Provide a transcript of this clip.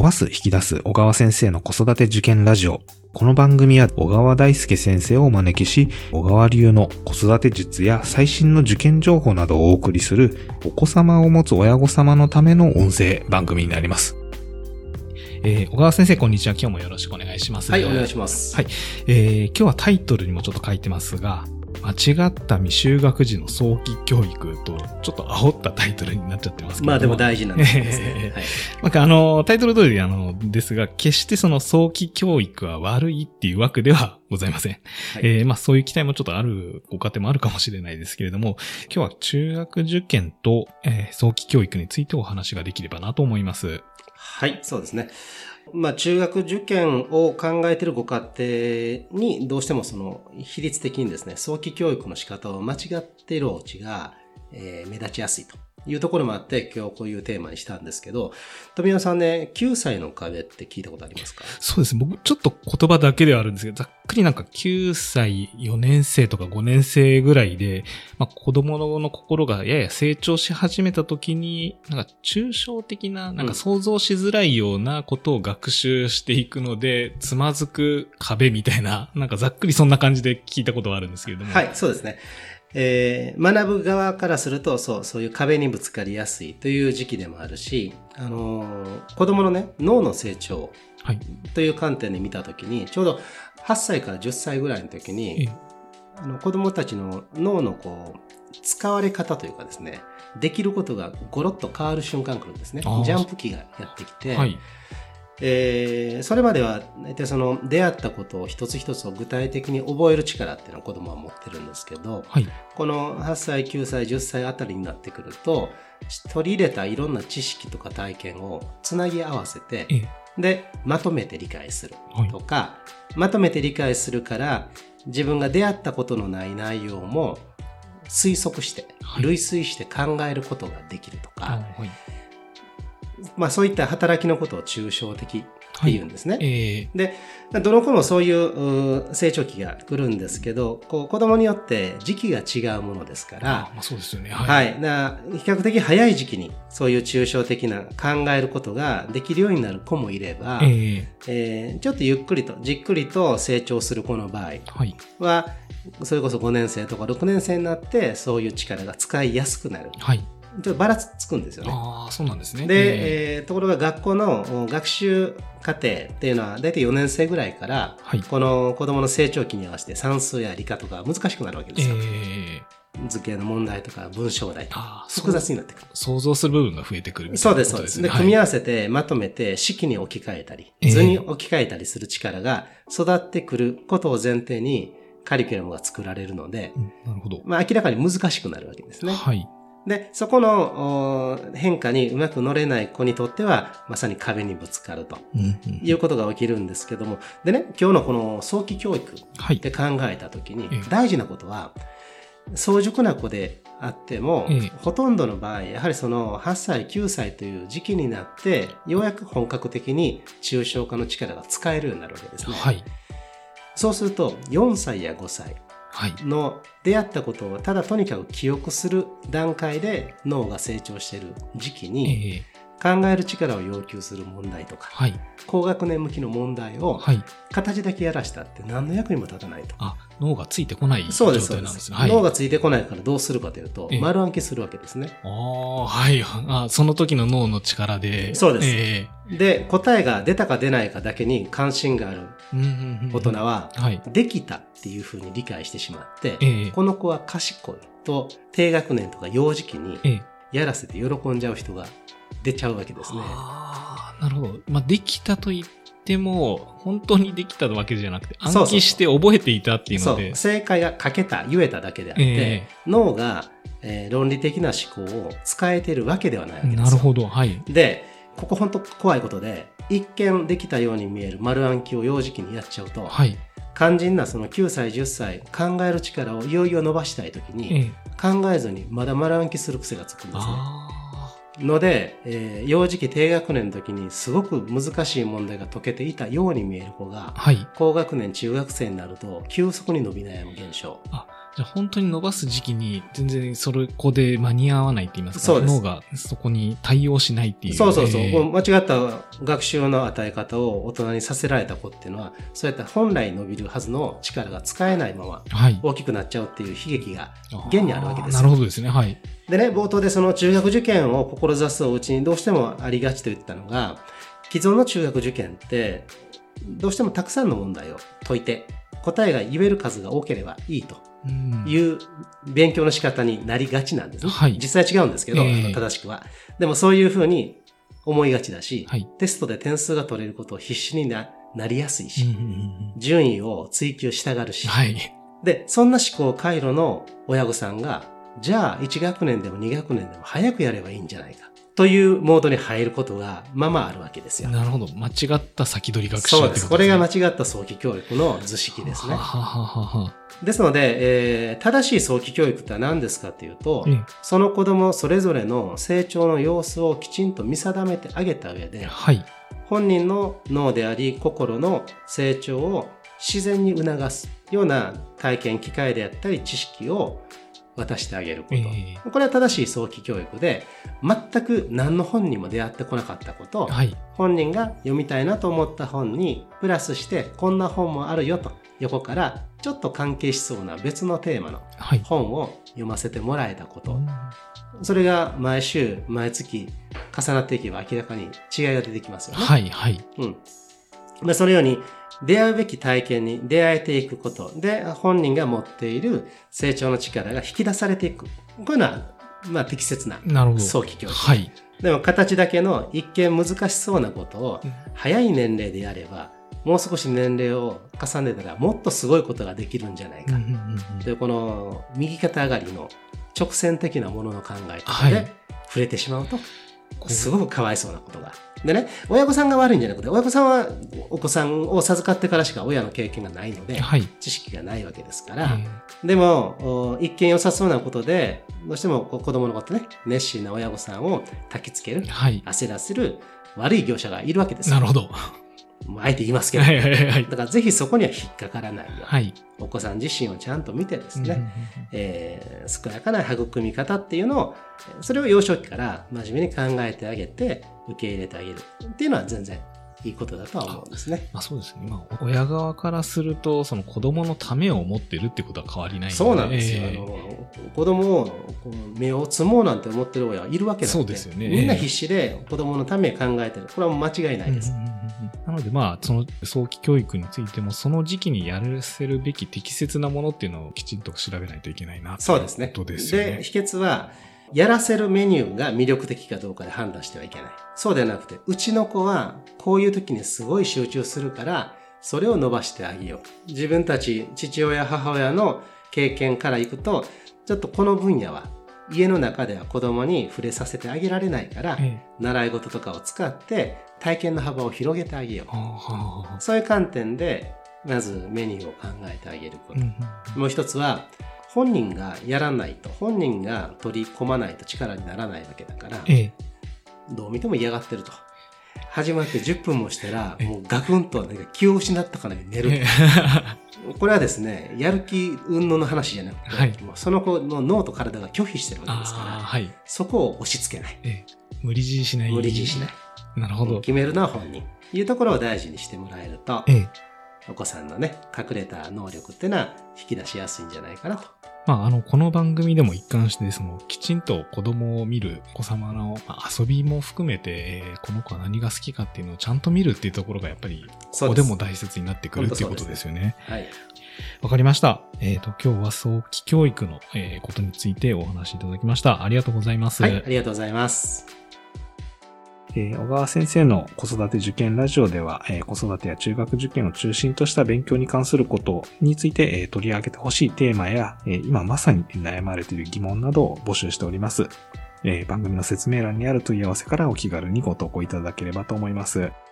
伸ばす引き出す小川先生の子育て受験ラジオ。この番組は小川大輔先生をお招きし、小川流の子育て術や最新の受験情報などをお送りするお子様を持つ親御様のための音声番組になります。小川先生、こんにちは。今日もよろしくお願いします。 はい、お願いします。 はい。今日はタイトルにもちょっと書いてますが、間違った未就学児の早期教育と、ちょっと煽ったタイトルになっちゃってますけど。 まあでも大事なんですね。 はい、タイトル通りですが、決してその早期教育は悪いっていうわけではございません。はい、そういう期待もちょっとあるご家庭もあるかもしれないですけれども、今日は中学受験と、早期教育についてお話ができればなと思います。 はい、そうですね。中学受験を考えているご家庭にどうしてもその比率的にですね、早期教育の仕方を間違っているお家が、目立ちやすいというところもあって今日こういうテーマにしたんですけど、富山さんね、9歳の壁って聞いたことありますか？ そうですね。僕ちょっと言葉だけではあるんですけど、ざっくり9歳4年生とか5年生ぐらいで、子供の心がやや成長し始めた時に、抽象的な、想像しづらいようなことを学習していくので、つまずく壁みたいな、ざっくりそんな感じで聞いたことはあるんですけれども。 はい、そうですね。学ぶ側からするとそういう壁にぶつかりやすいという時期でもあるし、子供のね、脳の成長という観点で見たときに、ちょうど8歳から10歳ぐらいの時に、子供たちの脳の使われ方というかですね、できることがゴロッと変わる瞬間来るんですね。ジャンプ期がやってきて、はい、それまでは大体出会ったことを一つ一つを具体的に覚える力っていうのは子供は持ってるんですけど、はい、この8歳、9歳、10歳あたりになってくると、取り入れたいろんな知識とか体験をつなぎ合わせて、で、まとめて理解するとか、はい、まとめて理解するから自分が出会ったことのない内容も推測して、はい、類推して考えることができるとか、そういった働きのことを抽象的っていうんですね。はい、で、どの子もそういう成長期が来るんですけど、子供によって時期が違うものですから、 そうですよね。はい。 比較的早い時期にそういう抽象的な考えることができるようになる子もいれば、ちょっとゆっくりとじっくりと成長する子の場合は、それこそ5年生とか6年生になってそういう力が使いやすくなる。はい。ちょっとばらつくんですよね。 そうなんですね。 で、ところが学校の学習過程っていうのは大体4年生ぐらいから、この子供の成長期に合わせて算数や理科とか難しくなるわけですよ。図形の問題とか文章題とか複雑になってくる。 想像する部分が増えてくるみたいなそうです、そうです。で、組み合わせてまとめて式に置き換えたり、図に置き換えたりする力が育ってくることを前提にカリキュラムが作られるので、 なるほど。 明らかに難しくなるわけですね。 はい。 で、そこの変化にうまく乗れない子にとっては、まさに壁にぶつかるということが起きるんですけども、でね、今日のこの早期教育って考えたときに、大事なことは、早熟な子であっても、ほとんどの場合、やはりその8歳、9歳という時期になって、ようやく本格的に抽象化の力が使えるようになるわけですね。はい。そうすると、4歳や5歳。の出会ったことをただとにかく記憶する段階で脳が成長している時期に考える力を要求する問題とか、高学年向きの問題を形だけやらしたって何の役にも立たないと。 脳がついてこない状態なんですね。 脳がついてこないからどうするかというと、丸暗記するわけですね。 はい。その時の脳の力で。 そうです。で、答えが出たか出ないかだけに関心がある大人は、できたっていうふうに理解してしまって、この子は賢いと低学年とか幼児期にやらせて喜んじゃう人が出ちゃうわけですね。 なるほど。できたと言っても、本当にできたわけじゃなくて、暗記して覚えていたっていうので。 正解が書けた、言えただけであって、脳が、論理的な思考を使えているわけではないわけですよ。 なるほど。はい。 で、ここ本当怖いことで、一見できたように見える丸暗記を幼児期にやっちゃうと、肝心なその9歳、10歳、考える力をいよいよ伸ばしたいときに、考えずにまだ丸暗記する癖がつくんですね。ので、幼児期低学年の時にすごく難しい問題が解けていたように見える子が、高学年中学生になると急速に伸び悩む現象。 じゃあ本当に伸ばす時期に全然そこで間に合わないって言いますか、 そうです。 脳がそこに対応しないっていう。 そう。間違った学習の与え方を大人にさせられた子っていうのは、そうやって本来伸びるはずの力が使えないまま大きくなっちゃうっていう悲劇が現にあるわけですよ。 なるほどですね。はい。 でね、冒頭でその中学受験を志すうちにどうしてもありがちと言ったのが、既存の中学受験ってどうしてもたくさんの問題を解いて答えが言える数が多ければいいという勉強の仕方になりがちなんですね。はい、実際違うんですけど、正しくは。でもそういうふうに思いがちだし、はい、テストで点数が取れることを必死に なりやすいし、順位を追求したがるし、はい、で、そんな思考回路の親御さんが、じゃあ1学年でも2学年でも早くやればいいんじゃないか。というモードに入ることがまあまああるわけですよ。 なるほど。間違った先取り学習ってことですね。 そうです。これが間違った早期教育の図式ですね。ですので、正しい早期教育って何ですかっていうと、その子供それぞれの成長の様子をきちんと見定めてあげた上で、はい、本人の脳であり心の成長を自然に促すような体験機会であったり知識を渡してあげること、これは正しい早期教育で、全く何の本にも出会ってこなかったこと、はい、本人が読みたいなと思った本にプラスしてこんな本もあるよと横からちょっと関係しそうな別のテーマの本を読ませてもらえたこと、それが毎週毎月重なっていけば明らかに違いが出てきますよね。はいはい。そのように出会うべき体験に出会えていくことで本人が持っている成長の力が引き出されていく。こういうのはまあ適切な早期教育。はい。でも形だけの一見難しそうなことを早い年齢でやれば、もう少し年齢を重ねたらもっとすごいことができるんじゃないか。で、この右肩上がりの直線的なものの考え方で触れてしまうと、すごくかわいそうなことが。でね、親御さんが悪いんじゃなくて、親御さんはお子さんを授かってからしか親の経験がないので、はい、知識がないわけですから、でも、一見良さそうなことで、どうしても子供のことね、熱心な親御さんを焚きつける、はい、焦らせる悪い業者がいるわけですよ。なるほど。あえて言いますけど、だからぜひそこには引っかからないように、はい、お子さん自身をちゃんと見てですね、健やかな育み方っていうのを、それを幼少期から真面目に考えてあげて受け入れてあげるっていうのは全然いいことだとは思うんですね。 そうですね。親側からすると、その子供のためを思ってるってことは変わりないので。 そうなんですよ。子供を目をつもうなんて思ってる親はいるわけなんで。そうですよね。みんな必死で子供のため考えてる。これはもう間違いないです。 なのでその早期教育についても、その時期にやらせるべき適切なものっていうのをきちんと調べないといけないなということですよね。 で、秘訣は、やらせるメニューが魅力的かどうかで判断してはいけない。そうではなくて、うちの子はこういう時にすごい集中するから、それを伸ばしてあげよう。自分たち父親母親の経験からいくと、ちょっとこの分野は家の中では子供に触れさせてあげられないから、習い事とかを使って体験の幅を広げてあげよう。そういう観点でまずメニューを考えてあげること。もう一つは、本人がやらないと、本人が取り込まないと力にならないわけだから、どう見ても嫌がってると。始まって10分もしたら、もうガクンと気を失ったから寝る。これはですね、やる気云々の話じゃなくて、もうその子の脳と体が拒否してるわけですから、そこを押し付けない。 無理強いしない。 無理強いしない。なるほど。決めるのは本人。いうところを大事にしてもらえると、お子さんのね、隠れた能力っていうのは引き出しやすいんじゃないかなと。 この番組でも一貫して、きちんと子供を見るお子様の、遊びも含めて、この子は何が好きかっていうのをちゃんと見るっていうところがやっぱり、ここでも大切になってくるっていうことですよね。はい。わかりました。今日は早期教育の、ことについてお話しいただきました。ありがとうございます。 はい、ありがとうございます。 小川先生の子育て受験ラジオでは、子育てや中学受験を中心とした勉強に関することについて、取り上げてほしいテーマや、今まさに悩まれている疑問などを募集しております。番組の説明欄にある問い合わせからお気軽にご投稿いただければと思います。